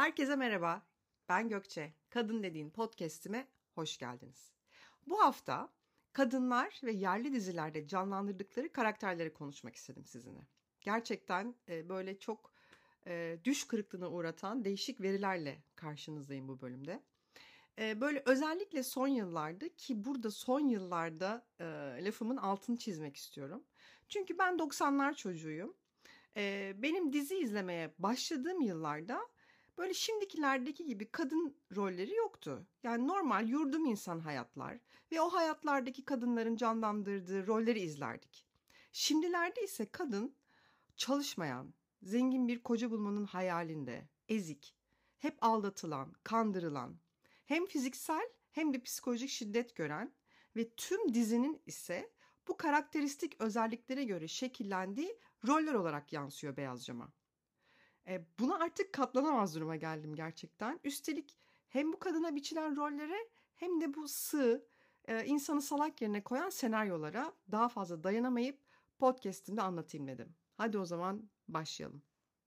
Herkese merhaba. Ben Gökçe. Kadın Dediğin podcast'ime hoş geldiniz. Bu hafta kadınlar ve yerli dizilerde canlandırdıkları karakterleri konuşmak istedim sizinle. Gerçekten böyle çok düş kırıklığına uğratan değişik verilerle karşınızdayım bu bölümde. Böyle özellikle son yıllarda ki burada son yıllarda lafımın altını çizmek istiyorum. Çünkü ben 90'lar çocuğuyum. Benim dizi izlemeye başladığım yıllarda böyle şimdikilerdeki gibi kadın rolleri yoktu. Yani normal yurdum insan hayatlar ve o hayatlardaki kadınların canlandırdığı rolleri izlerdik. Şimdilerde ise kadın çalışmayan, zengin bir koca bulmanın hayalinde, ezik, hep aldatılan, kandırılan, hem fiziksel hem de psikolojik şiddet gören ve tüm dizinin ise bu karakteristik özelliklere göre şekillendiği roller olarak yansıyor beyaz cama. Buna artık katlanamaz duruma geldim gerçekten. Üstelik hem bu kadına biçilen rollere hem de bu sığ, insanı salak yerine koyan senaryolara daha fazla dayanamayıp podcast'imde anlatayım dedim. Hadi o zaman başlayalım.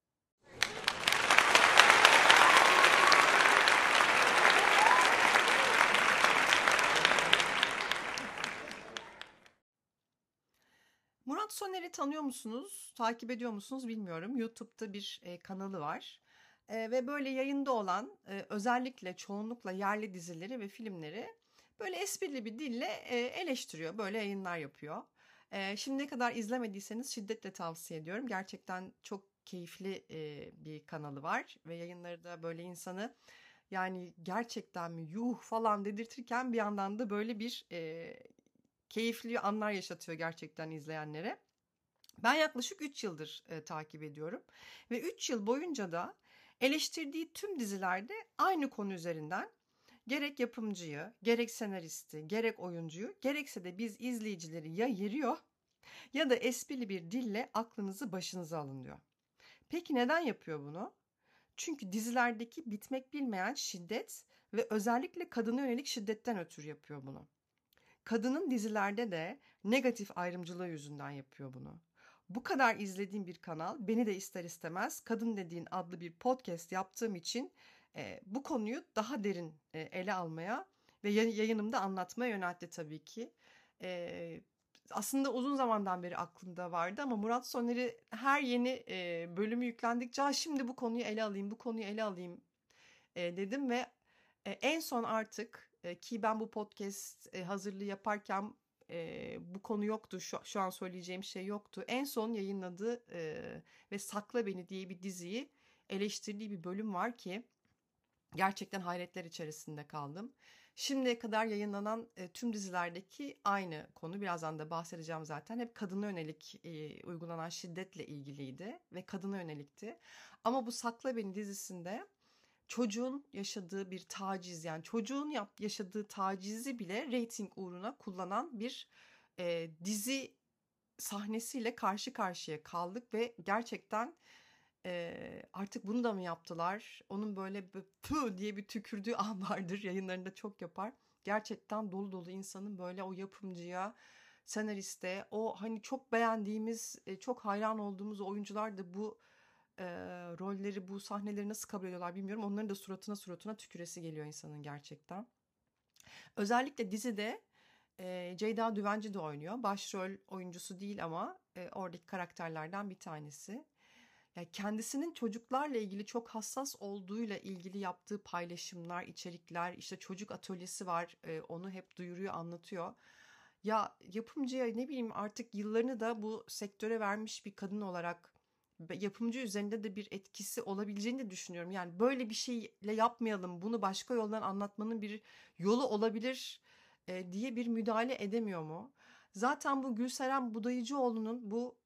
Murat Soner'i tanıyor musunuz? Takip ediyor musunuz bilmiyorum. YouTube'da bir kanalı var. Ve böyle yayında olan özellikle çoğunlukla yerli dizileri ve filmleri böyle esprili bir dille eleştiriyor. Böyle yayınlar yapıyor. Şimdiye kadar izlemediyseniz şiddetle tavsiye ediyorum. Gerçekten çok keyifli bir kanalı var. Ve yayınları da böyle insanı yani gerçekten mi yuh falan dedirtirken bir yandan da böyle bir keyifli anlar yaşatıyor gerçekten izleyenlere. Ben yaklaşık 3 yıldır takip ediyorum ve 3 yıl boyunca da eleştirdiği tüm dizilerde aynı konu üzerinden gerek yapımcıyı, gerek senaristi, gerek oyuncuyu, gerekse de biz izleyicileri ya yeriyor ya da esprili bir dille aklınızı başınıza alın diyor. Peki neden yapıyor bunu? Çünkü dizilerdeki bitmek bilmeyen şiddet ve özellikle kadına yönelik şiddetten ötürü yapıyor bunu. Kadının dizilerde de negatif ayrımcılığı yüzünden yapıyor bunu. Bu kadar izlediğim bir kanal beni de ister istemez Kadın Dediğin adlı bir podcast yaptığım için bu konuyu daha derin ele almaya ve yayınımda anlatmaya yöneltti tabii ki. Aslında uzun zamandan beri aklımda vardı ama Murat Soner'i her yeni bölümü yüklendikçe şimdi bu konuyu ele alayım, bu konuyu ele alayım dedim ve en son artık ki ben bu podcast hazırlığı yaparken bu konu yoktu. Şu an söyleyeceğim şey yoktu. En son yayınladığı ve Sakla Beni diye bir diziyi eleştirdiği bir bölüm var ki gerçekten hayretler içerisinde kaldım. Şimdiye kadar yayınlanan tüm dizilerdeki aynı konu, birazdan da bahsedeceğim zaten, hep kadına yönelik uygulanan şiddetle ilgiliydi ve kadına yönelikti. Ama bu Sakla Beni dizisinde çocuğun yaşadığı bir taciz, yani çocuğun yaşadığı tacizi bile reyting uğruna kullanan bir dizi sahnesiyle karşı karşıya kaldık ve gerçekten artık bunu da mı yaptılar? Onun böyle pü diye bir tükürdüğü an vardır, yayınlarında çok yapar. Gerçekten dolu dolu insanın böyle o yapımcıya, senariste, o hani çok beğendiğimiz, çok hayran olduğumuz oyuncular da bu rolleri, bu sahneleri nasıl kabul ediyorlar bilmiyorum. Onların da suratına tüküresi geliyor insanın gerçekten. Özellikle dizide Ceyda Düvenci de oynuyor. Başrol oyuncusu değil ama oradaki karakterlerden bir tanesi. Yani kendisinin çocuklarla ilgili çok hassas olduğuyla ilgili yaptığı paylaşımlar, içerikler, işte çocuk atölyesi var. Onu hep duyuruyor, anlatıyor. Ya yapımcıya ne bileyim artık yıllarını da bu sektöre vermiş bir kadın olarak yapımcı üzerinde de bir etkisi olabileceğini de düşünüyorum. Yani böyle bir şeyle yapmayalım, bunu başka yoldan anlatmanın bir yolu olabilir diye bir müdahale edemiyor mu? Zaten bu Gülseren Budayıcıoğlu'nun bu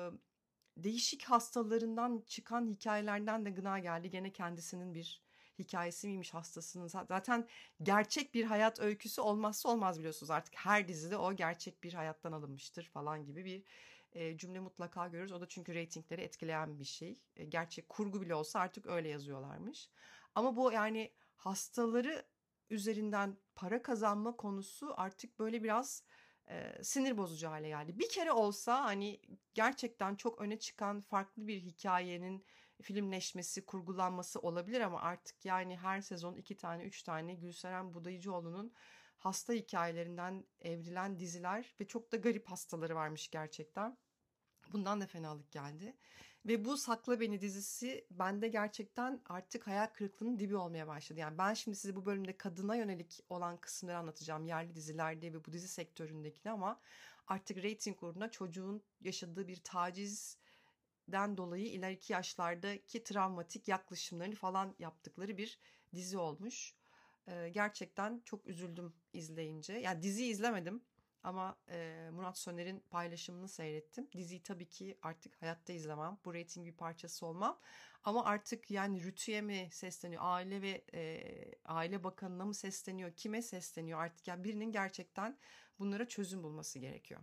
değişik hastalarından çıkan hikayelerden de gına geldi. Gene kendisinin bir hikayesi miymiş hastasının? Zaten gerçek bir hayat öyküsü olmazsa olmaz, biliyorsunuz. Artık her dizide o gerçek bir hayattan alınmıştır falan gibi bir cümle mutlaka görürüz. O da çünkü reytingleri etkileyen bir şey. Gerçek kurgu bile olsa artık öyle yazıyorlarmış. Ama bu yani hastaları üzerinden para kazanma konusu artık böyle biraz sinir bozucu hale geldi. Bir kere olsa hani gerçekten çok öne çıkan farklı bir hikayenin filmleşmesi, kurgulanması olabilir ama artık yani her sezon 2 tane, 3 tane Gülseren Budayıcıoğlu'nun hasta hikayelerinden evrilen diziler ve çok da garip hastaları varmış gerçekten. Bundan da fenalık geldi. Ve bu Sakla Beni dizisi bende gerçekten artık hayal kırıklığının dibi olmaya başladı. Yani ben şimdi size bu bölümde kadına yönelik olan kısımları anlatacağım. Yerli dizilerde ve bu dizi sektöründekini ama artık reyting uğruna çocuğun yaşadığı bir tacizden dolayı ileriki yaşlardaki travmatik yaklaşımlarını falan yaptıkları bir dizi olmuş. Gerçekten çok üzüldüm izleyince. Yani diziyi izlemedim ama Murat Soner'in paylaşımını seyrettim. Diziyi tabii ki artık hayatta izlemem. Bu reyting bir parçası olmam. Ama artık yani Rütü'ye mi sesleniyor? Aile ve Aile Bakanı'na mı sesleniyor? Kime sesleniyor artık? Yani birinin gerçekten bunlara çözüm bulması gerekiyor.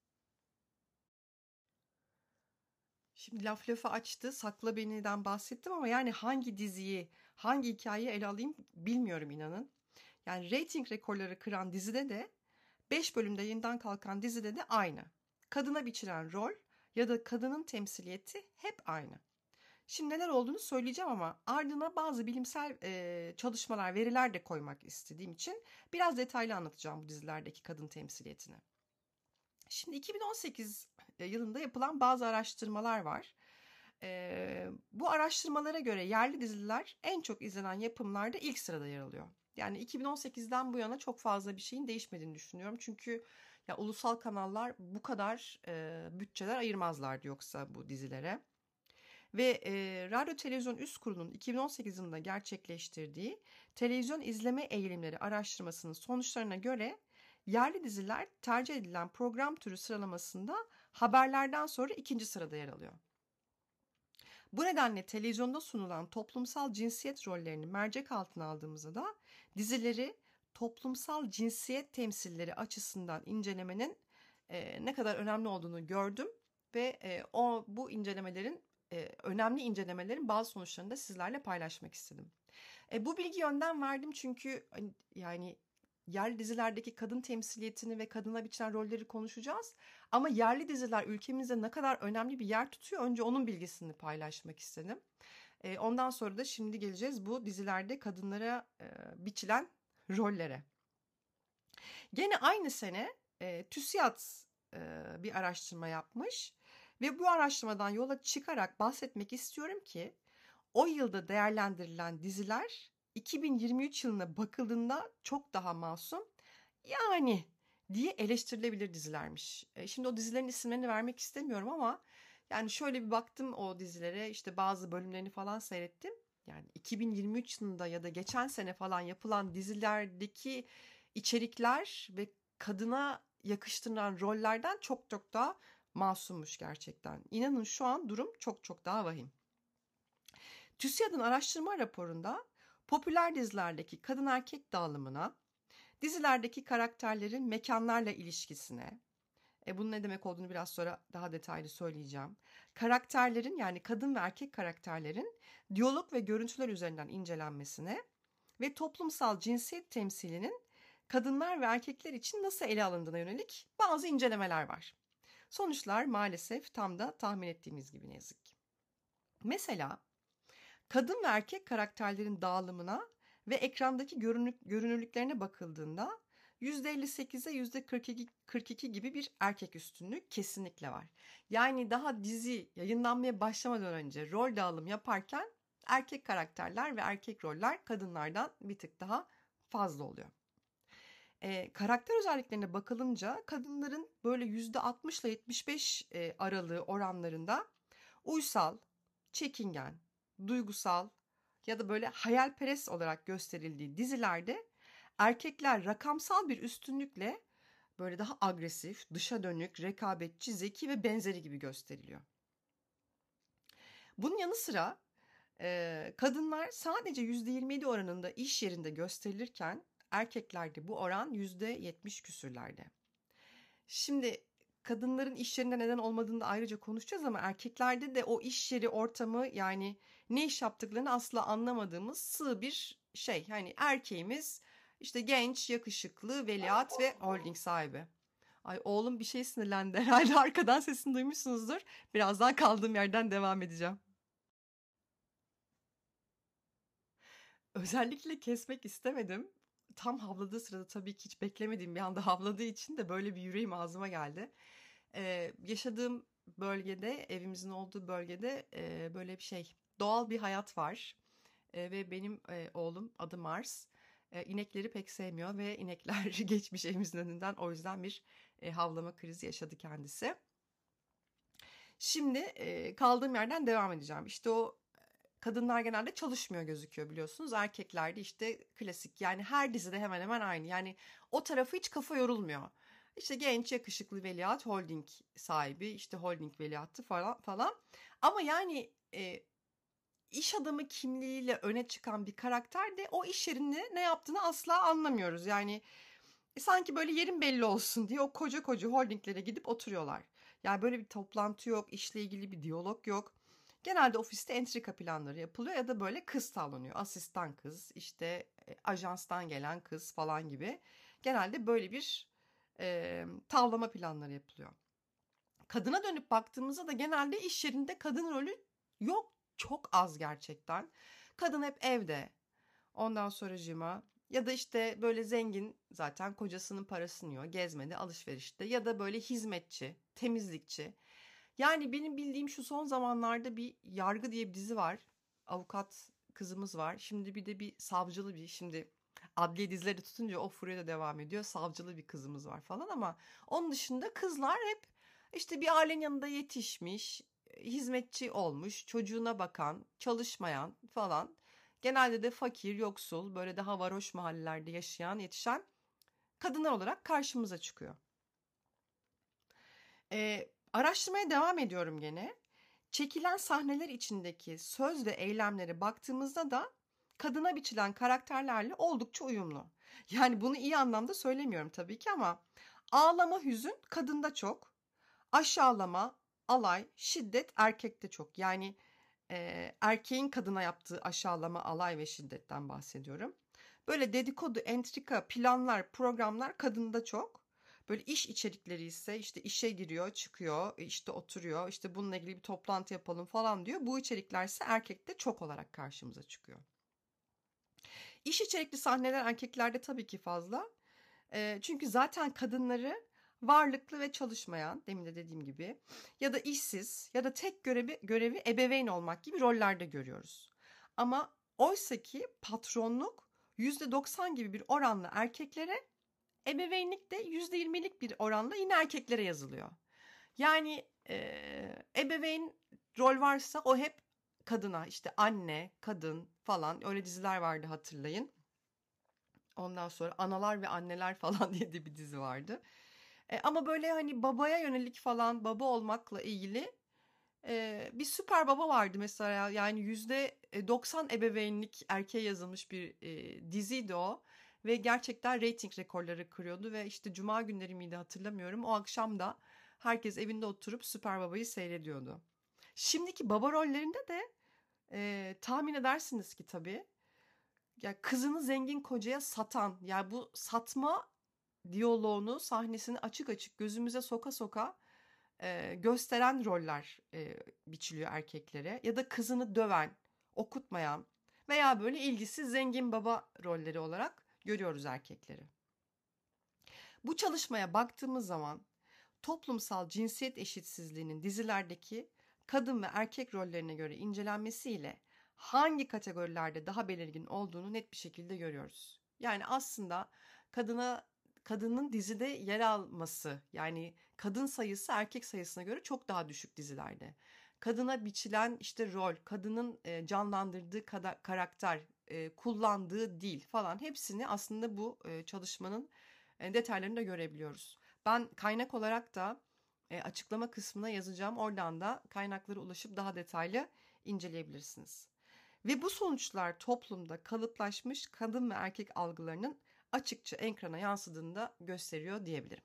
Şimdi lafı açtı. Sakla Beni'den bahsettim ama yani hangi diziyi, hangi hikayeyi ele alayım bilmiyorum inanın. Yani reyting rekorları kıran dizide de 5 bölümde yeniden kalkan dizide de aynı. Kadına biçilen rol ya da kadının temsiliyeti hep aynı. Şimdi neler olduğunu söyleyeceğim ama ardına bazı bilimsel çalışmalar, veriler de koymak istediğim için biraz detaylı anlatacağım bu dizilerdeki kadın temsiliyetini. Şimdi 2018 yılında yapılan bazı araştırmalar var. Bu araştırmalara göre yerli diziler en çok izlenen yapımlarda ilk sırada yer alıyor. Yani 2018'den bu yana çok fazla bir şeyin değişmediğini düşünüyorum. Çünkü ya ulusal kanallar bu kadar bütçeler ayırmazlardı yoksa bu dizilere. Ve Radyo Televizyon Üst Kurulu'nun 2018 yılında gerçekleştirdiği televizyon izleme eğilimleri araştırmasının sonuçlarına göre yerli diziler tercih edilen program türü sıralamasında haberlerden sonra ikinci sırada yer alıyor. Bu nedenle televizyonda sunulan toplumsal cinsiyet rollerini mercek altına aldığımızda da dizileri toplumsal cinsiyet temsilleri açısından incelemenin ne kadar önemli olduğunu gördüm ve bu incelemelerin önemli incelemelerin bazı sonuçlarını da sizlerle paylaşmak istedim. Bu bilgi yönden verdim çünkü yani yerli dizilerdeki kadın temsiliyetini ve kadına biçilen rolleri konuşacağız. Ama yerli diziler ülkemizde ne kadar önemli bir yer tutuyor önce onun bilgisini paylaşmak istedim. Ondan sonra da şimdi geleceğiz bu dizilerde kadınlara biçilen rollere. Gene aynı sene TÜSİAD bir araştırma yapmış ve bu araştırmadan yola çıkarak bahsetmek istiyorum ki o yılda değerlendirilen diziler 2023 yılına bakıldığında çok daha masum yani diye eleştirilebilir dizilermiş. Şimdi o dizilerin isimlerini vermek istemiyorum ama yani şöyle bir baktım o dizilere işte bazı bölümlerini falan seyrettim. Yani 2023 yılında ya da geçen sene falan yapılan dizilerdeki içerikler ve kadına yakıştırılan rollerden çok çok daha masummuş gerçekten. İnanın şu an durum çok çok daha vahim. TÜSİAD'ın araştırma raporunda popüler dizilerdeki kadın erkek dağılımına, dizilerdeki karakterlerin mekanlarla ilişkisine, bunun ne demek olduğunu biraz sonra daha detaylı söyleyeceğim. Karakterlerin yani kadın ve erkek karakterlerin diyalog ve görüntüler üzerinden incelenmesine ve toplumsal cinsiyet temsilinin kadınlar ve erkekler için nasıl ele alındığına yönelik bazı incelemeler var. Sonuçlar maalesef tam da tahmin ettiğimiz gibi ne yazık ki. Mesela kadın ve erkek karakterlerin dağılımına ve ekrandaki görünürlüklerine bakıldığında %58'e %42 gibi bir erkek üstünlüğü kesinlikle var. Yani daha dizi yayınlanmaya başlamadan önce rol dağılım yaparken erkek karakterler ve erkek roller kadınlardan bir tık daha fazla oluyor. Karakter özelliklerine bakılınca kadınların böyle %60 ile 75 aralığı oranlarında uysal, çekingen, duygusal ya da böyle hayalperest olarak gösterildiği dizilerde erkekler rakamsal bir üstünlükle böyle daha agresif, dışa dönük, rekabetçi, zeki ve benzeri gibi gösteriliyor. Bunun yanı sıra kadınlar sadece %27 oranında iş yerinde gösterilirken erkeklerde bu oran %70 küsürlerde. Şimdi kadınların iş yerinde neden olmadığını da ayrıca konuşacağız ama erkeklerde de o iş yeri ortamı yani ne iş yaptıklarını asla anlamadığımız sığ bir şey. Hani erkeğimiz işte genç, yakışıklı, veliaht ve holding sahibi. Ay oğlum bir şey sinirlendi herhalde arkadan sesini duymuşsunuzdur. Birazdan kaldığım yerden devam edeceğim. Özellikle kesmek istemedim. Tam havladığı sırada tabii ki hiç beklemediğim bir anda havladığı için de böyle bir yüreğim ağzıma geldi. Yaşadığım bölgede, evimizin olduğu bölgede böyle bir şey, doğal bir hayat var. Ve benim oğlum adı Mars. İnekleri pek sevmiyor ve inekler geçmiş evimizin önünden. O yüzden bir havlama krizi yaşadı kendisi. Şimdi kaldığım yerden devam edeceğim. İşte o kadınlar genelde çalışmıyor gözüküyor biliyorsunuz. Erkekler de işte klasik, yani her dizide hemen hemen aynı. Yani o tarafı hiç kafa yorulmuyor. İşte genç yakışıklı veliaht, holding sahibi, işte holding veliahtı falan falan. Ama yani iş adamı kimliğiyle öne çıkan bir karakter de o iş yerinde ne yaptığını asla anlamıyoruz. Yani sanki böyle yerin belli olsun diye o koca koca holdinglere gidip oturuyorlar. Yani böyle bir toplantı yok, işle ilgili bir diyalog yok. Genelde ofiste entrika planları yapılıyor ya da böyle kız tavlanıyor. Asistan kız, işte ajanstan gelen kız falan gibi. Genelde böyle bir tavlama planları yapılıyor. Kadına dönüp baktığımızda da genelde iş yerinde kadın rolü yok. Çok az gerçekten. Kadın hep evde. Ondan sonracığıma ya da işte böyle zengin, zaten kocasının parasını yiyor. Gezmede, alışverişte ya da böyle hizmetçi, temizlikçi. Yani benim bildiğim şu son zamanlarda bir Yargı diye bir dizi var. Avukat kızımız var. Şimdi bir de bir savcılı bir, şimdi adliye dizileri tutunca o furya da devam ediyor. Savcılı bir kızımız var falan ama onun dışında kızlar hep işte bir ailenin yanında yetişmiş, hizmetçi olmuş, çocuğuna bakan, çalışmayan falan. Genelde de fakir, yoksul, böyle daha varoş mahallelerde yaşayan, yetişen kadınlar olarak karşımıza çıkıyor. Araştırmaya devam ediyorum gene. Çekilen sahneler içindeki söz ve eylemlere baktığımızda da kadına biçilen karakterlerle oldukça uyumlu. Yani bunu iyi anlamda söylemiyorum tabii ki ama ağlama, hüzün kadında çok. Aşağılama, alay, şiddet erkekte çok. Yani erkeğin kadına yaptığı aşağılama, alay ve şiddetten bahsediyorum. Böyle dedikodu, entrika, planlar, programlar kadında çok. Böyle iş içerikleri ise işte işe giriyor, çıkıyor, işte oturuyor, işte bununla ilgili bir toplantı yapalım falan diyor. Bu içerikler ise erkekte çok olarak karşımıza çıkıyor. İş içerikli sahneler erkeklerde tabii ki fazla. Çünkü zaten kadınları varlıklı ve çalışmayan, demin de dediğim gibi, ya da işsiz ya da tek görevi ebeveyn olmak gibi rollerde görüyoruz. Ama oysaki patronluk %90 gibi bir oranla erkeklere, ebeveynlik de %20'lik bir oranla yine erkeklere yazılıyor. Yani ebeveyn rol varsa o hep kadına, işte anne, kadın falan, öyle diziler vardı hatırlayın. Ondan sonra Analar ve Anneler falan diye de bir dizi vardı. Ama böyle hani babaya yönelik falan, baba olmakla ilgili bir süper baba vardı mesela. Yani %90 ebeveynlik erkeğe yazılmış bir diziydi o. Ve gerçekten reyting rekorları kırıyordu ve işte cuma günleri miydi hatırlamıyorum. O akşam da herkes evinde oturup Süper Baba'yı seyrediyordu. Şimdiki baba rollerinde de tahmin edersiniz ki tabii, ya kızını zengin kocaya satan, ya bu satma diyaloğunu, sahnesini açık açık gözümüze soka soka gösteren roller biçiliyor erkeklere. Ya da kızını döven, okutmayan veya böyle ilgisiz zengin baba rolleri olarak görüyoruz erkekleri. Bu çalışmaya baktığımız zaman toplumsal cinsiyet eşitsizliğinin dizilerdeki kadın ve erkek rollerine göre incelenmesiyle hangi kategorilerde daha belirgin olduğunu net bir şekilde görüyoruz. Yani aslında kadına kadının dizide yer alması, yani kadın sayısı erkek sayısına göre çok daha düşük dizilerde. Kadına biçilen işte rol, kadının canlandırdığı karakter, kullandığı dil falan, hepsini aslında bu çalışmanın detaylarını da görebiliyoruz. Ben kaynak olarak da açıklama kısmına yazacağım. Oradan da kaynaklara ulaşıp daha detaylı inceleyebilirsiniz. Ve bu sonuçlar toplumda kalıplaşmış kadın ve erkek algılarının açıkça ekrana yansıdığını da gösteriyor diyebilirim.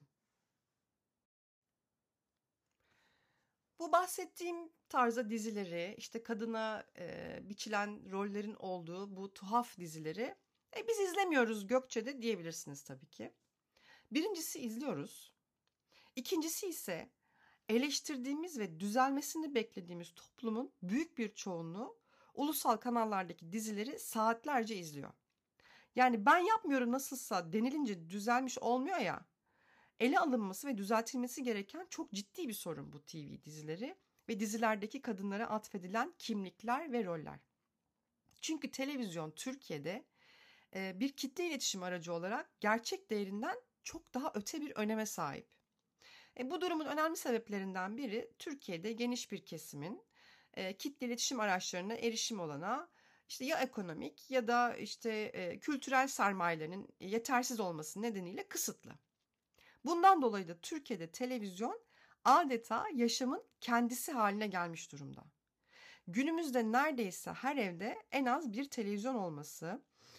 Bu bahsettiğim tarzda dizileri, işte kadına biçilen rollerin olduğu bu tuhaf dizileri biz izlemiyoruz Gökçe'de diyebilirsiniz tabii ki. Birincisi, izliyoruz. İkincisi ise eleştirdiğimiz ve düzelmesini beklediğimiz toplumun büyük bir çoğunluğu ulusal kanallardaki dizileri saatlerce izliyor. Yani ben yapmıyorum nasılsa denilince düzelmiş olmuyor ya. Ele alınması ve düzeltilmesi gereken çok ciddi bir sorun bu TV dizileri ve dizilerdeki kadınlara atfedilen kimlikler ve roller. Çünkü televizyon Türkiye'de bir kitle iletişim aracı olarak gerçek değerinden çok daha öte bir öneme sahip. Bu durumun önemli sebeplerinden biri Türkiye'de geniş bir kesimin kitle iletişim araçlarına erişim olana işte ya ekonomik ya da işte kültürel sermayelerinin yetersiz olması nedeniyle kısıtlı. Bundan dolayı da Türkiye'de televizyon adeta yaşamın kendisi haline gelmiş durumda. Günümüzde neredeyse her evde en az bir televizyon olması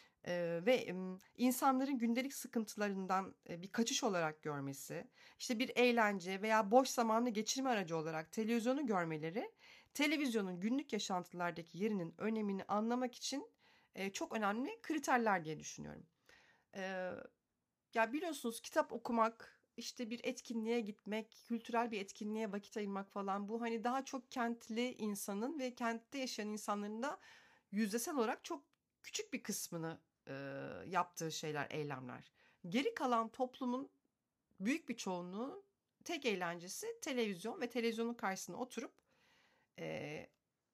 ve insanların gündelik sıkıntılarından bir kaçış olarak görmesi, işte bir eğlence veya boş zamanını geçirme aracı olarak televizyonu görmeleri, televizyonun günlük yaşantılardaki yerinin önemini anlamak için çok önemli kriterler diye düşünüyorum. E, Ya biliyorsunuz kitap okumak, işte bir etkinliğe gitmek, kültürel bir etkinliğe vakit ayırmak falan bu hani daha çok kentli insanın ve kentte yaşayan insanların da yüzdesel olarak çok küçük bir kısmını yaptığı şeyler, eylemler. Geri kalan toplumun büyük bir çoğunluğu tek eğlencesi televizyon ve televizyonun karşısına oturup e,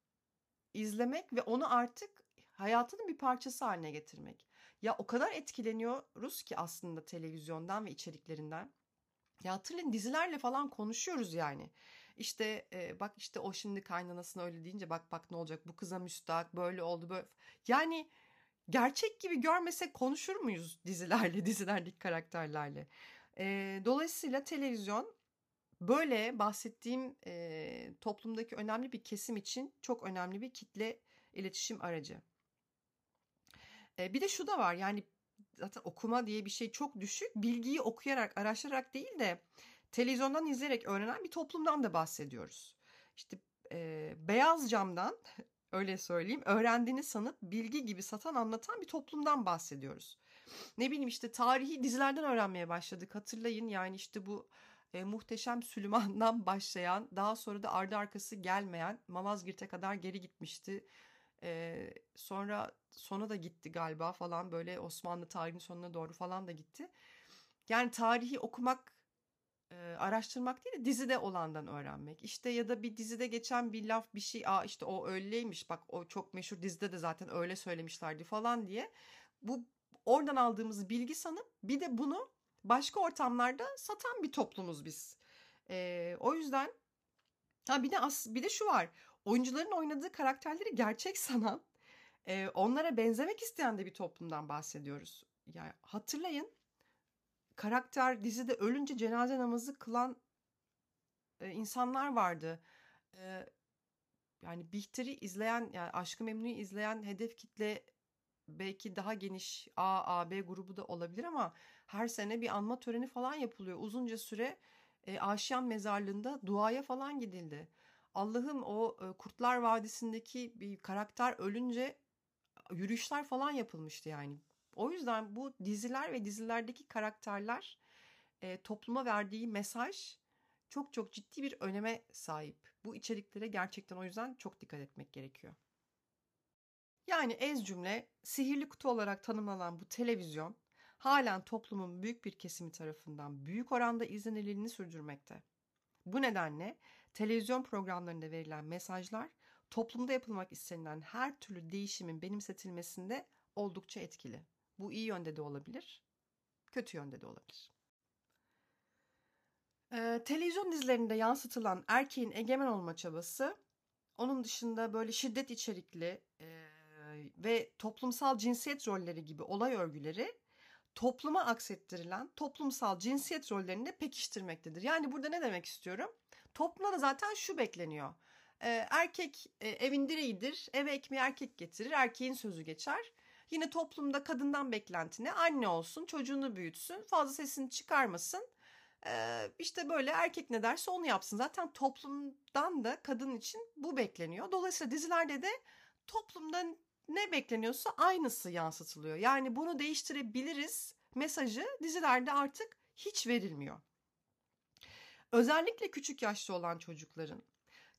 izlemek ve onu artık hayatının bir parçası haline getirmek. Ya o kadar etkileniyoruz ki aslında televizyondan ve içeriklerinden. Ya hatırlayın dizilerle falan konuşuyoruz yani. İşte bak işte o şimdi kaynanasına öyle deyince bak ne olacak bu kıza müstahak böyle oldu böyle. Yani gerçek gibi görmesek konuşur muyuz dizilerle, dizilerdeki karakterlerle? Dolayısıyla televizyon böyle bahsettiğim toplumdaki önemli bir kesim için çok önemli bir kitle iletişim aracı. Bir de şu da var yani zaten okuma diye bir şey çok düşük. Bilgiyi okuyarak, araştırarak değil de televizyondan izleyerek öğrenen bir toplumdan da bahsediyoruz. İşte beyaz camdan öyle söyleyeyim öğrendiğini sanıp bilgi gibi satan anlatan bir toplumdan bahsediyoruz. Ne bileyim işte tarihi dizilerden öğrenmeye başladık hatırlayın yani işte bu Muhteşem Süleyman'dan başlayan daha sonra da ardı arkası gelmeyen Malazgirt'e kadar geri gitmişti. Sonra sona da gitti galiba falan böyle Osmanlı tarihinin sonuna doğru falan da gitti. Yani tarihi okumak, araştırmak değil de dizide olandan öğrenmek. İşte ya da bir dizide geçen bir laf bir şey, aa işte o öyleymiş bak o çok meşhur dizide de zaten öyle söylemişlerdi falan diye. Bu oradan aldığımız bilgi sanıp bir de bunu başka ortamlarda satan bir toplumuz biz. O yüzden ha bir de şu var. Oyuncuların oynadığı karakterleri gerçek sanan, onlara benzemek isteyen de bir toplumdan bahsediyoruz. Yani hatırlayın karakter dizide ölünce cenaze namazı kılan insanlar vardı. E, Yani Bihter'i izleyen yani Aşk-ı Memnu'yu izleyen hedef kitle belki daha geniş A, B grubu da olabilir ama her sene bir anma töreni falan yapılıyor. Uzunca süre Aşiyan mezarlığında duaya falan gidildi. Allah'ım o Kurtlar Vadisi'ndeki bir karakter ölünce yürüyüşler falan yapılmıştı yani. O yüzden bu diziler ve dizilerdeki karakterler topluma verdiği mesaj çok çok ciddi bir öneme sahip. Bu içeriklere gerçekten o yüzden çok dikkat etmek gerekiyor. Yani ez cümle sihirli kutu olarak tanımlanan bu televizyon halen toplumun büyük bir kesimi tarafından büyük oranda izlenildiğini sürdürmekte. Bu nedenle televizyon programlarında verilen mesajlar toplumda yapılmak istenilen her türlü değişimin benimsetilmesinde oldukça etkili. Bu iyi yönde de olabilir, kötü yönde de olabilir. Televizyon dizilerinde yansıtılan erkeğin egemen olma çabası, onun dışında böyle şiddet içerikli ve toplumsal cinsiyet rolleri gibi olay örgüleri topluma aksettirilen toplumsal cinsiyet rollerini de pekiştirmektedir. Yani burada ne demek istiyorum? Toplumda da zaten şu bekleniyor. Erkek evin direğidir, eve ekmeği erkek getirir, erkeğin sözü geçer. Yine toplumda kadından beklenti ne? Anne olsun, çocuğunu büyütsün, fazla sesini çıkarmasın. İşte böyle erkek ne derse onu yapsın. Zaten toplumdan da kadın için bu bekleniyor. Dolayısıyla dizilerde de toplumdan ne bekleniyorsa aynısı yansıtılıyor. Yani bunu değiştirebiliriz mesajı dizilerde artık hiç verilmiyor. Özellikle küçük yaşta olan çocukların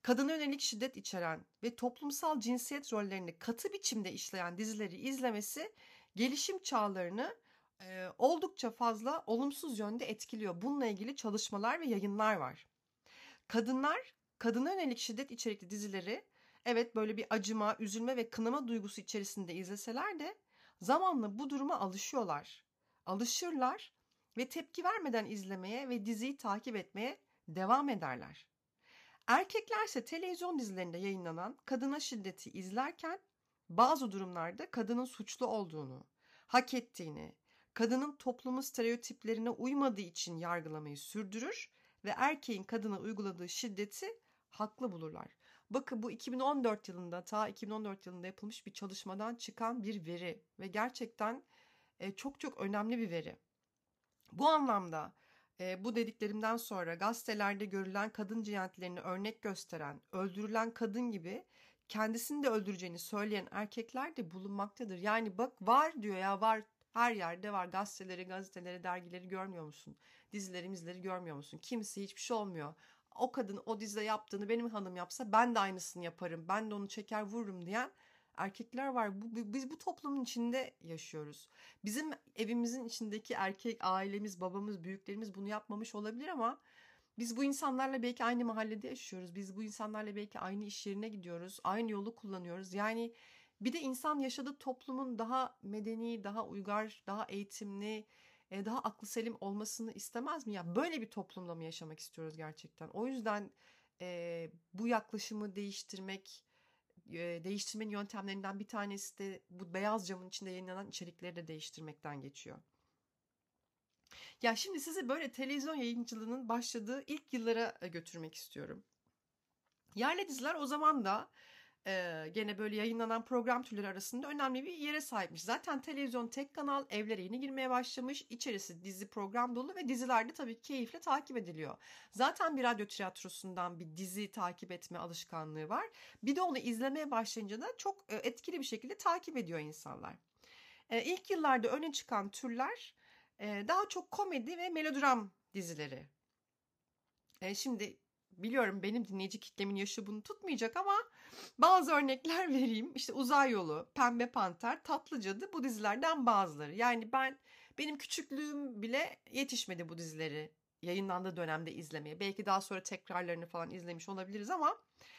kadına yönelik şiddet içeren ve toplumsal cinsiyet rollerini katı biçimde işleyen dizileri izlemesi gelişim çağlarını oldukça fazla olumsuz yönde etkiliyor. Bununla ilgili çalışmalar ve yayınlar var. Kadınlar kadına yönelik şiddet içerikli dizileri evet böyle bir acıma, üzülme ve kınama duygusu içerisinde izleseler de zamanla bu duruma alışıyorlar. Alışırlar ve tepki vermeden izlemeye ve diziyi takip etmeye devam ederler. Erkeklerse televizyon dizilerinde yayınlanan kadına şiddeti izlerken bazı durumlarda kadının suçlu olduğunu, hak ettiğini, kadının toplumun stereotiplerine uymadığı için yargılamayı sürdürür ve erkeğin kadına uyguladığı şiddeti haklı bulurlar. Bakın bu 2014 yılında ta 2014 yılında yapılmış bir çalışmadan çıkan bir veri ve gerçekten çok çok önemli bir veri. Bu anlamda bu dediklerimden sonra gazetelerde görülen kadın cinayetlerini örnek gösteren, öldürülen kadın gibi kendisini de öldüreceğini söyleyen erkekler de bulunmaktadır. Yani bak var diyor ya, var, her yerde var. Gazeteleri, dergileri görmüyor musun? Dizileri görmüyor musun? Kimse hiçbir şey olmuyor. O kadın o dizide yaptığını benim hanım yapsa ben de aynısını yaparım. Ben de onu çeker vururum diyen erkekler var. Biz bu toplumun içinde yaşıyoruz. Bizim evimizin içindeki erkek ailemiz, babamız, büyüklerimiz bunu yapmamış olabilir ama biz bu insanlarla belki aynı mahallede yaşıyoruz. Biz bu insanlarla belki aynı iş yerine gidiyoruz. Aynı yolu kullanıyoruz. Yani bir de insan yaşadığı toplumun daha medeni, daha uygar, daha eğitimli, daha aklı selim olmasını istemez mi? Ya böyle bir toplumda mı yaşamak istiyoruz gerçekten? O yüzden bu yaklaşımı değiştirmenin yöntemlerinden bir tanesi de bu beyaz camın içinde yayınlanan içerikleri de değiştirmekten geçiyor. Ya şimdi sizi böyle televizyon yayıncılığının başladığı ilk yıllara götürmek istiyorum. Yerli diziler o zaman da gene böyle yayınlanan program türleri arasında önemli bir yere sahipmiş. Zaten televizyon tek kanal, evlere yeni girmeye başlamış. İçerisi dizi program dolu ve dizilerde tabii keyifle takip ediliyor. Zaten bir radyo tiyatrosundan bir dizi takip etme alışkanlığı var. Bir de onu izlemeye başlayınca da çok etkili bir şekilde takip ediyor insanlar. İlk yıllarda öne çıkan türler daha çok komedi ve melodram dizileri. Şimdi biliyorum benim dinleyici kitlemin yaşı bunu tutmayacak ama bazı örnekler vereyim. İşte Uzay Yolu, Pembe Panter, Tatlı Cadı bu dizilerden bazıları. Yani benim küçüklüğüm bile yetişmedi bu dizileri yayınlandığı dönemde izlemeye. Belki daha sonra tekrarlarını falan izlemiş olabiliriz ama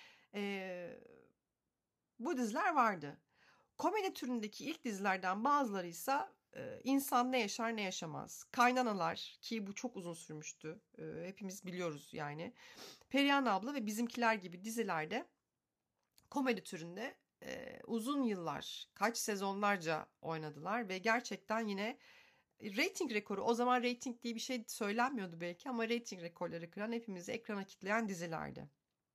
bu diziler vardı. Komedi türündeki ilk dizilerden bazıları ise İnsan Ne Yaşar Ne Yaşamaz, Kaynanalar ki bu çok uzun sürmüştü. Hepimiz biliyoruz yani. Perihan Abla ve Bizimkiler gibi dizilerde komedi türünde uzun yıllar, kaç sezonlarca oynadılar ve gerçekten yine rating rekoru, o zaman rating diye bir şey söylenmiyordu belki ama rating rekorları kıran, hepimizi ekrana kitleyen dizilerdi.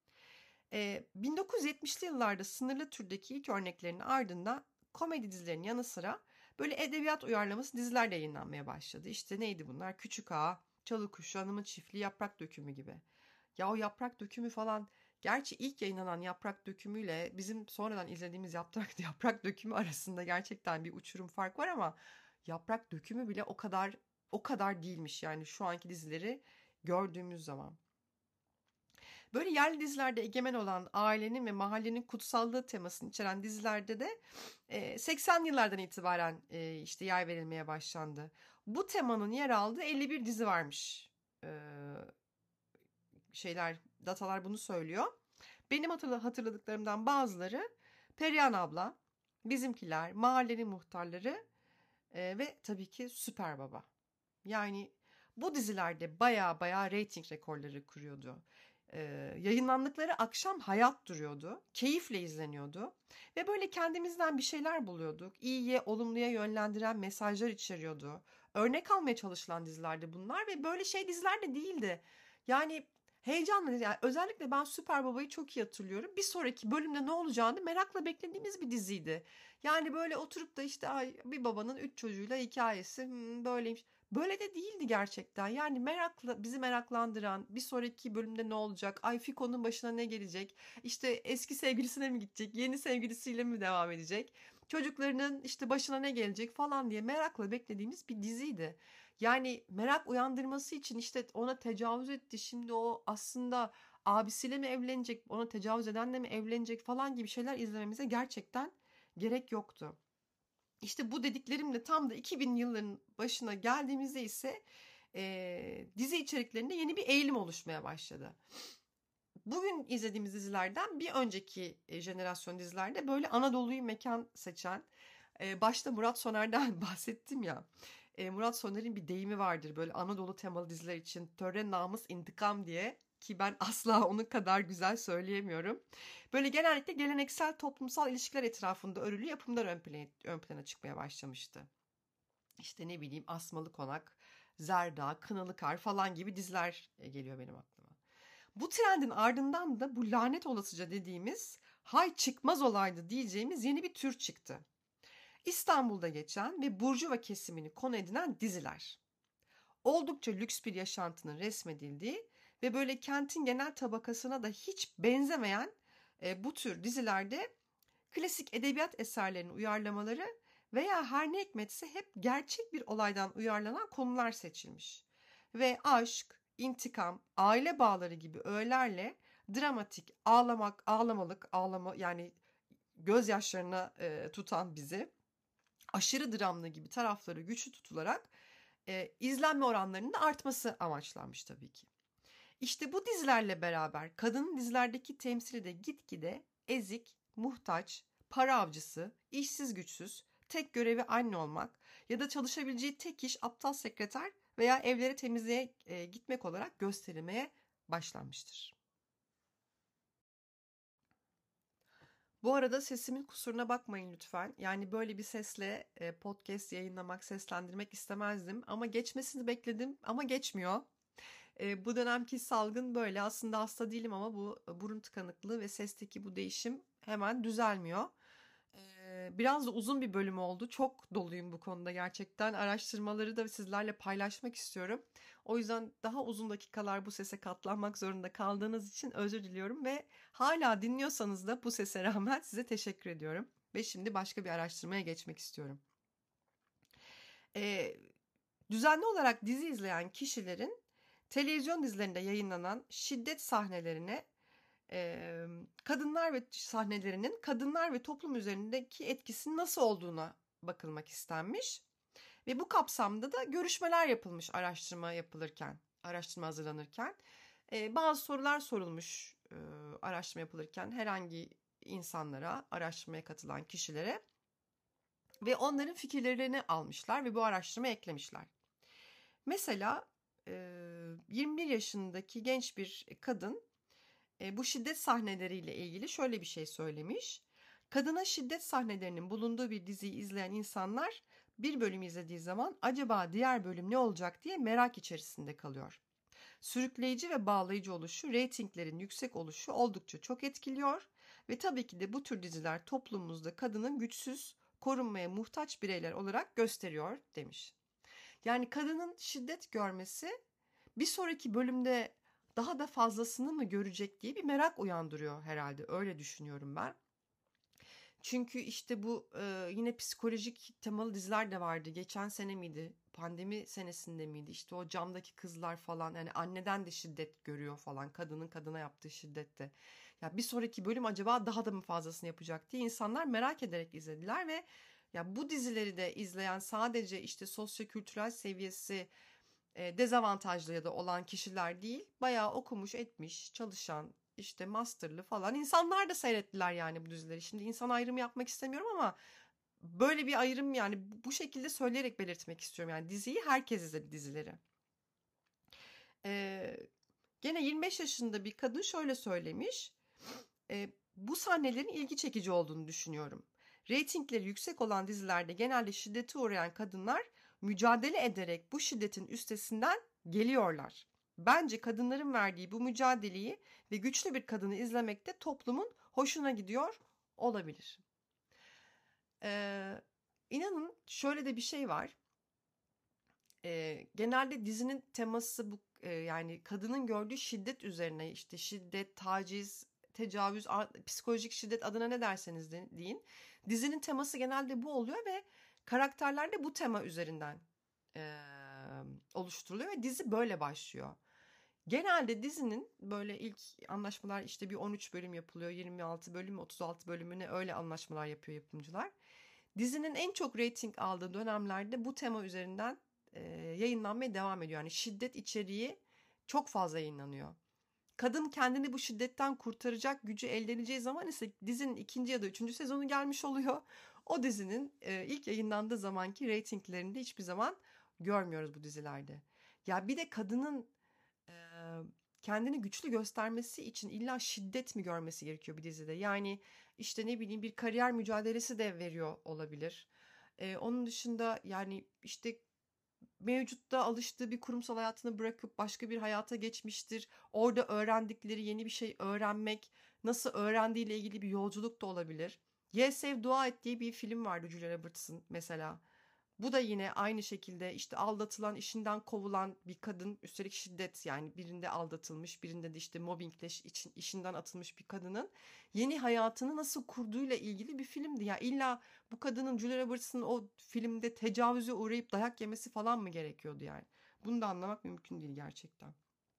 1970'li yıllarda sınırlı türdeki ilk örneklerinin ardından komedi dizilerinin yanı sıra böyle edebiyat uyarlaması diziler de yayınlanmaya başladı. İşte neydi bunlar? Küçük Ağa, Çalı Kuşu, Hanımın Çiftliği, Yaprak Dökümü gibi. Ya o Yaprak Dökümü falan, gerçi ilk yayınlanan Yaprak Dökümüyle bizim sonradan izlediğimiz Yaprak Dökümü arasında gerçekten bir uçurum fark var ama Yaprak Dökümü bile o kadar değilmiş yani şu anki dizileri gördüğümüz zaman. Böyle yerli dizilerde egemen olan ailenin ve mahallenin kutsallığı temasını içeren dizilerde de 80'li yıllardan itibaren işte yer verilmeye başlandı. Bu temanın yer aldığı 51 dizi varmış. Datalar bunu söylüyor. Benim hatırladıklarımdan bazıları Perihan Abla, Bizimkiler, Mahallenin Muhtarları ve tabii ki Süper Baba. Yani bu dizilerde baya baya reyting rekorları kuruyordu. Yayınlandıkları akşam hayat duruyordu. Keyifle izleniyordu. Ve böyle kendimizden bir şeyler buluyorduk. İyiye, olumluya yönlendiren mesajlar içeriyordu. Örnek almaya çalışılan dizilerdi bunlar ve böyle diziler de değildi. Yani heyecanlı, yani özellikle ben Süper Baba'yı çok iyi hatırlıyorum. Bir sonraki bölümde ne olacağını merakla beklediğimiz bir diziydi. Yani böyle oturup da işte ay, bir babanın 3 çocuğuyla hikayesi böyleymiş. Böyle de değildi gerçekten. Yani bizi meraklandıran, bir sonraki bölümde ne olacak? Ay Fiko'nun başına ne gelecek? İşte eski sevgilisine mi gidecek? Yeni sevgilisiyle mi devam edecek? Çocuklarının işte başına ne gelecek falan diye merakla beklediğimiz bir diziydi. Yani merak uyandırması için işte ona tecavüz etti. Şimdi o aslında abisiyle mi evlenecek, ona tecavüz edenle mi evlenecek falan gibi şeyler izlememize gerçekten gerek yoktu. İşte bu dediklerimle tam da 2000 yılların başına geldiğimizde ise dizi içeriklerinde yeni bir eğilim oluşmaya başladı. Bugün izlediğimiz dizilerden bir önceki jenerasyon dizilerde böyle Anadolu'yu mekan seçen, başta Murat Soner'den bahsettim ya. Murat Soner'in bir deyimi vardır böyle Anadolu temalı diziler için: töre, namus, intikam diye, ki ben asla onun kadar güzel söyleyemiyorum. Böyle genellikle geleneksel toplumsal ilişkiler etrafında örülü yapımlar ön plana çıkmaya başlamıştı. İşte ne bileyim, Asmalı Konak, Zerda, Kınalı Kar falan gibi diziler geliyor benim aklıma. Bu trendin ardından da bu lanet olasıca dediğimiz, hay çıkmaz olaydı diyeceğimiz yeni bir tür çıktı. İstanbul'da geçen ve burjuva kesimini konu edinen diziler. Oldukça lüks bir yaşantının resmedildiği ve böyle kentin genel tabakasına da hiç benzemeyen bu tür dizilerde klasik edebiyat eserlerinin uyarlamaları veya her ne hikmetse hep gerçek bir olaydan uyarlanan konular seçilmiş. Ve aşk, intikam, aile bağları gibi öğelerle dramatik, yani gözyaşlarına tutan bizi, aşırı dramlı gibi tarafları güçlü tutularak izlenme oranlarının da artması amaçlanmış tabii ki. İşte bu dizilerle beraber kadının dizilerdeki temsili de gitgide ezik, muhtaç, para avcısı, işsiz güçsüz, tek görevi anne olmak ya da çalışabileceği tek iş aptal sekreter veya evleri temizliğe gitmek olarak gösterilmeye başlanmıştır. Bu arada sesimin kusuruna bakmayın lütfen. Yani böyle bir sesle podcast yayınlamak, seslendirmek istemezdim. Ama geçmesini bekledim ama geçmiyor. Bu dönemki salgın böyle. Aslında hasta değilim ama bu burun tıkanıklığı ve sesteki bu değişim hemen düzelmiyor. Biraz da uzun bir bölüm oldu. Çok doluyum bu konuda gerçekten. Araştırmaları da sizlerle paylaşmak istiyorum. O yüzden daha uzun dakikalar bu sese katlanmak zorunda kaldığınız için özür diliyorum ve hala dinliyorsanız da bu sese rağmen size teşekkür ediyorum. Ve şimdi başka bir araştırmaya geçmek istiyorum. Ee, Düzenli olarak dizi izleyen kişilerin televizyon dizilerinde yayınlanan şiddet sahnelerine, kadınlar ve sahnelerinin kadınlar ve toplum üzerindeki etkisinin nasıl olduğuna bakılmak istenmiş. Ve bu kapsamda da görüşmeler yapılmış araştırma hazırlanırken. Bazı sorular sorulmuş araştırma yapılırken herhangi insanlara, araştırmaya katılan kişilere ve onların fikirlerini almışlar ve bu araştırmaya eklemişler. Mesela 21 yaşındaki genç bir kadın bu şiddet sahneleriyle ilgili şöyle bir şey söylemiş. Kadına şiddet sahnelerinin bulunduğu bir diziyi izleyen insanlar bir bölüm izlediği zaman acaba diğer bölüm ne olacak diye merak içerisinde kalıyor. Sürükleyici ve bağlayıcı oluşu, reytinglerin yüksek oluşu oldukça çok etkiliyor ve tabii ki de bu tür diziler toplumumuzda kadının güçsüz, korunmaya muhtaç bireyler olarak gösteriyor demiş. Yani kadının şiddet görmesi bir sonraki bölümde daha da fazlasını mı görecek diye bir merak uyandırıyor herhalde. Öyle düşünüyorum ben. Çünkü işte bu yine psikolojik temalı diziler de vardı. Geçen sene miydi? Pandemi senesinde miydi? İşte o camdaki kızlar falan, yani anneden de şiddet görüyor falan. Kadının kadına yaptığı şiddette. Ya bir sonraki bölüm acaba daha da mı fazlasını yapacak diye insanlar merak ederek izlediler ve ya bu dizileri de izleyen sadece işte sosyokültürel seviyesi dezavantajlı ya da olan kişiler değil, bayağı okumuş, etmiş, çalışan, işte masterlı falan insanlar da seyrettiler yani bu dizileri. Şimdi insan ayrımı yapmak istemiyorum ama böyle bir ayrım, yani bu şekilde söyleyerek belirtmek istiyorum. Yani diziyi herkes izledi, dizileri. Gene 25 yaşında bir kadın şöyle söylemiş. Bu sahnelerin ilgi çekici olduğunu düşünüyorum. Reytingleri yüksek olan dizilerde genelde şiddete uğrayan kadınlar mücadele ederek bu şiddetin üstesinden geliyorlar. Bence kadınların verdiği bu mücadeleyi ve güçlü bir kadını izlemekte toplumun hoşuna gidiyor olabilir. İnanın şöyle de bir şey var. Genelde dizinin teması bu, yani kadının gördüğü şiddet üzerine, işte şiddet, taciz, tecavüz, psikolojik şiddet, adına ne derseniz deyin. Dizinin teması genelde bu oluyor ve karakterler de bu tema üzerinden oluşturuluyor ve dizi böyle başlıyor. Genelde dizinin böyle ilk anlaşmalar işte bir 13 bölüm yapılıyor, 26 bölüm, 36 bölümüne öyle anlaşmalar yapıyor yapımcılar. Dizinin en çok reyting aldığı dönemlerde bu tema üzerinden yayınlanmaya devam ediyor. Yani şiddet içeriği çok fazla yayınlanıyor. Kadın kendini bu şiddetten kurtaracak gücü elde edeceği zaman ise dizinin ikinci ya da üçüncü sezonu gelmiş oluyor. O dizinin ilk yayınlandığı zamanki reytinglerini de hiçbir zaman görmüyoruz bu dizilerde. Ya bir de kadının e, kendini güçlü göstermesi için illa şiddet mi görmesi gerekiyor bir dizide? Yani işte ne bileyim bir kariyer mücadelesi de veriyor olabilir. Onun dışında yani işte mevcutta alıştığı bir kurumsal hayatını bırakıp başka bir hayata geçmiştir. Orada öğrendikleri yeni bir şey öğrenmek, nasıl öğrendiğiyle ilgili bir yolculuk da olabilir. Ye Sev Dua Et diye bir film vardı Julia Roberts'ın mesela. Bu da yine aynı şekilde işte aldatılan, işinden kovulan bir kadın, üstelik şiddet yani birinde aldatılmış, birinde de işte mobbingle işinden atılmış bir kadının yeni hayatını nasıl kurduğuyla ilgili bir filmdi. Ya illa bu kadının Julia Roberts'ın o filmde tecavüze uğrayıp dayak yemesi falan mı gerekiyordu yani? Bunu da anlamak mümkün değil gerçekten.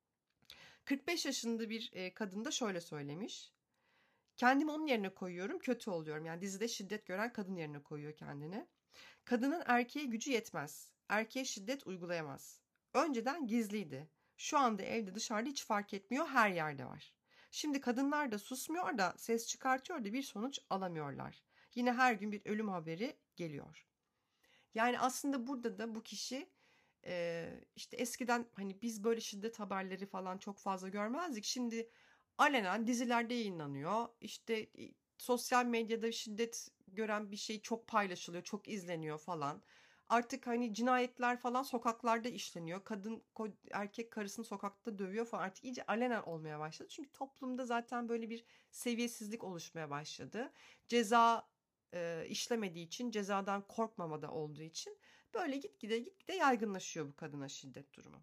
45 yaşında bir kadın da şöyle söylemiş. Kendimi onun yerine koyuyorum, kötü oluyorum. Yani dizide şiddet gören kadın yerine koyuyor kendini. Kadının erkeğe gücü yetmez. Erkeğe şiddet uygulayamaz. Önceden gizliydi. Şu anda evde dışarıda hiç fark etmiyor, her yerde var. Şimdi kadınlar da susmuyor da ses çıkartıyor da bir sonuç alamıyorlar. Yine her gün bir ölüm haberi geliyor. Yani aslında burada da bu kişi işte eskiden hani biz böyle şiddet haberleri falan çok fazla görmezdik. Şimdi alenen dizilerde yayınlanıyor. İşte sosyal medyada şiddet gören bir şey çok paylaşılıyor, çok izleniyor falan. Artık hani cinayetler falan sokaklarda işleniyor. Kadın erkek karısını sokakta dövüyor falan. Artık iyice alenen olmaya başladı. Çünkü toplumda zaten böyle bir seviyesizlik oluşmaya başladı. Ceza işlemediği için, cezadan korkmamada olduğu için böyle gitgide gitgide yaygınlaşıyor bu kadına şiddet durumu.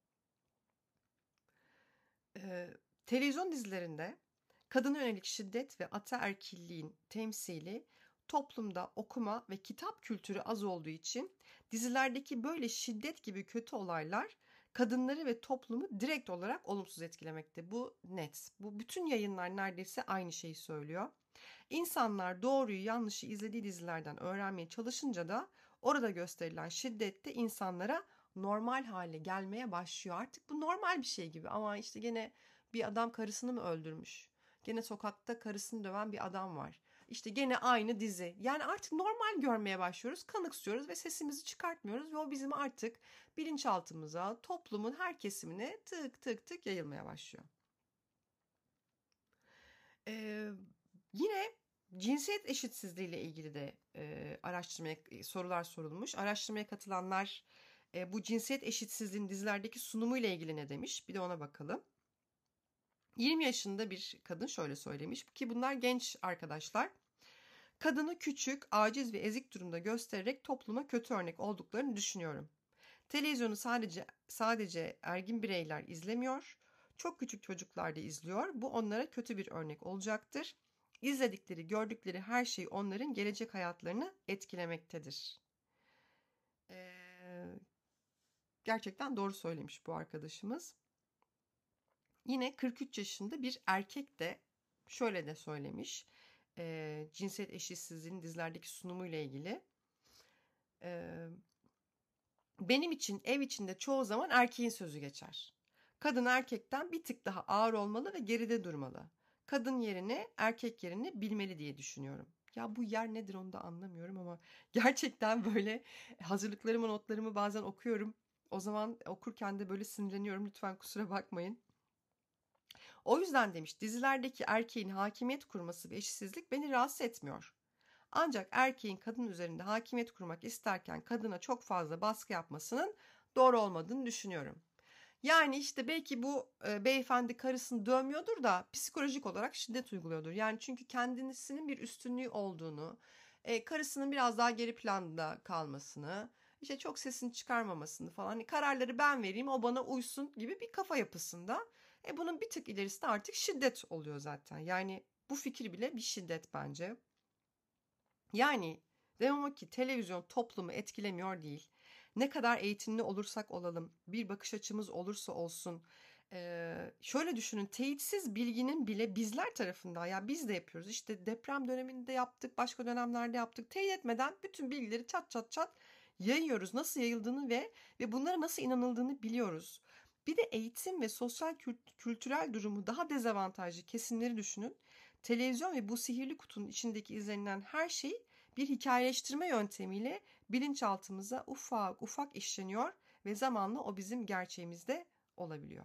Televizyon dizilerinde kadına yönelik şiddet ve ataerkilliğin temsili toplumda okuma ve kitap kültürü az olduğu için dizilerdeki böyle şiddet gibi kötü olaylar kadınları ve toplumu direkt olarak olumsuz etkilemekte. Bu net. Bu bütün yayınlar neredeyse aynı şeyi söylüyor. İnsanlar doğruyu yanlışı izlediği dizilerden öğrenmeye çalışınca da orada gösterilen şiddet de insanlara normal hale gelmeye başlıyor. Artık bu normal bir şey gibi ama işte gene bir adam karısını mı öldürmüş? Gene sokakta karısını döven bir adam var. İşte gene aynı dizi. Yani artık normal görmeye başlıyoruz, kanıksıyoruz ve sesimizi çıkartmıyoruz ve o bizim artık bilinçaltımıza, toplumun her kesimine tık tık tık yayılmaya başlıyor. Ee, Yine cinsiyet eşitsizliği ile ilgili de araştırmaya sorular sorulmuş. Araştırmaya katılanlar bu cinsiyet eşitsizliğinin dizilerdeki sunumu ile ilgili ne demiş? Bir de ona bakalım. 20 yaşında bir kadın şöyle söylemiş ki bunlar genç arkadaşlar. Kadını küçük, aciz ve ezik durumda göstererek topluma kötü örnek olduklarını düşünüyorum. Televizyonu sadece ergin bireyler izlemiyor. Çok küçük çocuklar da izliyor. Bu onlara kötü bir örnek olacaktır. İzledikleri, gördükleri her şey onların gelecek hayatlarını etkilemektedir. Ee, Gerçekten doğru söylemiş bu arkadaşımız. Yine 43 yaşında bir erkek de şöyle de söylemiş. Cinsiyet eşitsizliğinin dizilerdeki sunumuyla ilgili. Ee, Benim için ev içinde çoğu zaman erkeğin sözü geçer. Kadın erkekten bir tık daha ağır olmalı ve geride durmalı. Kadın yerini, erkek yerini bilmeli diye düşünüyorum. Ya bu yer nedir onu da anlamıyorum ama gerçekten böyle hazırlıklarımı, notlarımı bazen okuyorum. O zaman okurken de böyle sinirleniyorum. Lütfen kusura bakmayın. O yüzden demiş dizilerdeki erkeğin hakimiyet kurması ve eşitsizlik beni rahatsız etmiyor. Ancak erkeğin kadın üzerinde hakimiyet kurmak isterken kadına çok fazla baskı yapmasının doğru olmadığını düşünüyorum. Yani işte belki bu beyefendi karısını dövmüyordur da psikolojik olarak şiddet uyguluyordur. Yani çünkü kendisinin bir üstünlüğü olduğunu, karısının biraz daha geri planda kalmasını, işte çok sesini çıkarmamasını falan, hani kararları ben vereyim o bana uysun gibi bir kafa yapısında. Bunun bir tık ilerisi de artık şiddet oluyor zaten. Yani bu fikir bile bir şiddet bence. Yani demem o ki televizyon toplumu etkilemiyor değil. Ne kadar eğitimli olursak olalım, bir bakış açımız olursa olsun, Şöyle düşünün, teyitsiz bilginin bile bizler tarafından, ya biz de yapıyoruz. İşte deprem döneminde yaptık, başka dönemlerde yaptık. Teyit etmeden bütün bilgileri çat çat çat yayıyoruz. Nasıl yayıldığını ve bunlara nasıl inanıldığını biliyoruz. Bir de eğitim ve sosyal kültürel durumu daha dezavantajlı kesimleri düşünün. Televizyon ve bu sihirli kutunun içindeki izlenilen her şey bir hikayeleştirme yöntemiyle bilinçaltımıza ufak ufak işleniyor ve zamanla o bizim gerçeğimizde olabiliyor.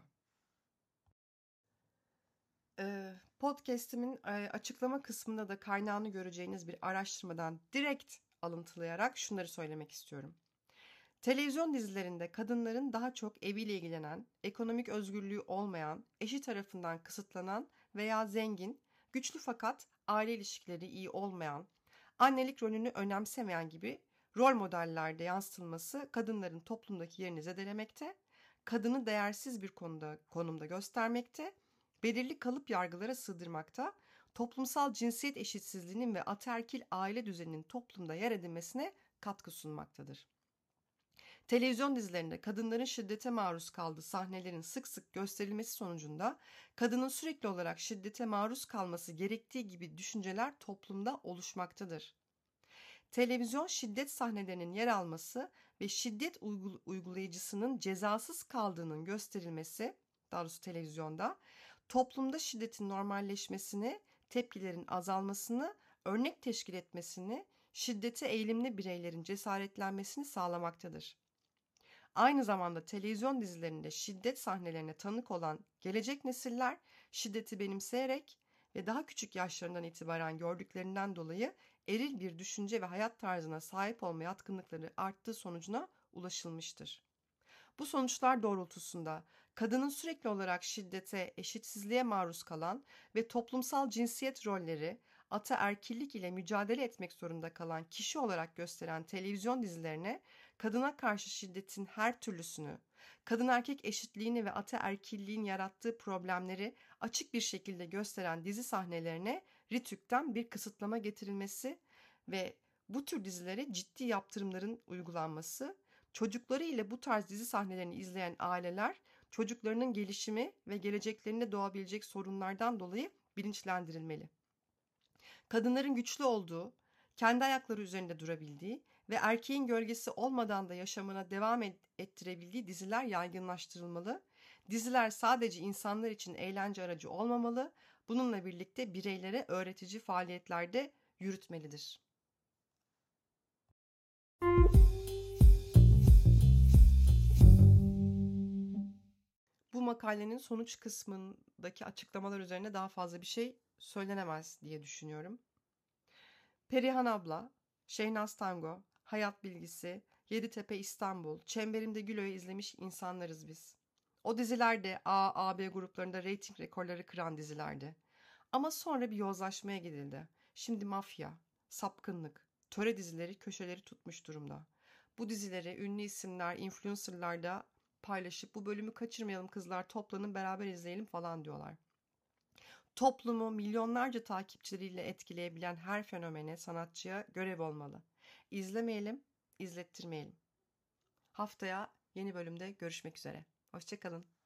Podcast'imin açıklama kısmında da kaynağını göreceğiniz bir araştırmadan direkt alıntılayarak şunları söylemek istiyorum. Televizyon dizilerinde kadınların daha çok eviyle ilgilenen, ekonomik özgürlüğü olmayan, eşi tarafından kısıtlanan veya zengin, güçlü fakat aile ilişkileri iyi olmayan, annelik rolünü önemsemeyen gibi rol modellerde yansıtılması kadınların toplumdaki yerini zedelemekte, kadını değersiz bir konumda göstermekte, belirli kalıp yargılara sığdırmakta, toplumsal cinsiyet eşitsizliğinin ve ataerkil aile düzeninin toplumda yer edinmesine katkı sunmaktadır. Televizyon dizilerinde kadınların şiddete maruz kaldığı sahnelerin sık sık gösterilmesi sonucunda kadının sürekli olarak şiddete maruz kalması gerektiği gibi düşünceler toplumda oluşmaktadır. Televizyon şiddet sahnelerinin yer alması ve şiddet uygulayıcısının cezasız kaldığının gösterilmesi, daha doğrusu televizyonda, toplumda şiddetin normalleşmesini, tepkilerin azalmasını, örnek teşkil etmesini, şiddete eğilimli bireylerin cesaretlenmesini sağlamaktadır. Aynı zamanda televizyon dizilerinde şiddet sahnelerine tanık olan gelecek nesiller şiddeti benimseyerek ve daha küçük yaşlarından itibaren gördüklerinden dolayı eril bir düşünce ve hayat tarzına sahip olma yatkınlıkları arttığı sonucuna ulaşılmıştır. Bu sonuçlar doğrultusunda kadının sürekli olarak şiddete, eşitsizliğe maruz kalan ve toplumsal cinsiyet rolleri, ataerkillik ile mücadele etmek zorunda kalan kişi olarak gösteren televizyon dizilerine kadına karşı şiddetin her türlüsünü, kadın erkek eşitliğini ve ataerkilliğin yarattığı problemleri açık bir şekilde gösteren dizi sahnelerine RTÜK'ten bir kısıtlama getirilmesi ve bu tür dizilere ciddi yaptırımların uygulanması, çocukları ile bu tarz dizi sahnelerini izleyen aileler çocuklarının gelişimi ve geleceklerinde doğabilecek sorunlardan dolayı bilinçlendirilmeli. Kadınların güçlü olduğu, kendi ayakları üzerinde durabildiği ve erkeğin gölgesi olmadan da yaşamına devam ettirebildiği diziler yaygınlaştırılmalı. Diziler sadece insanlar için eğlence aracı olmamalı, bununla birlikte bireylere öğretici faaliyetlerde yürütmelidir. Bu makalenin sonuç kısmındaki açıklamalar üzerine daha fazla bir şey söylenemez diye düşünüyorum. Perihan Abla, Şehnaz Tango, Hayat Bilgisi, Yeditepe İstanbul, Çemberimde Gülo'yu izlemiş insanlarız biz. O diziler de A, B gruplarında reyting rekorları kıran dizilerdi. Ama sonra bir yozlaşmaya gidildi. Şimdi mafya, sapkınlık, töre dizileri köşeleri tutmuş durumda. Bu dizileri ünlü isimler, influencerlar da paylaşıp bu bölümü kaçırmayalım kızlar toplanın beraber izleyelim falan diyorlar. Toplumu milyonlarca takipçileriyle etkileyebilen her fenomene, sanatçıya görev olmalı. İzlemeyelim, izlettirmeyelim. Haftaya yeni bölümde görüşmek üzere. Hoşça kalın.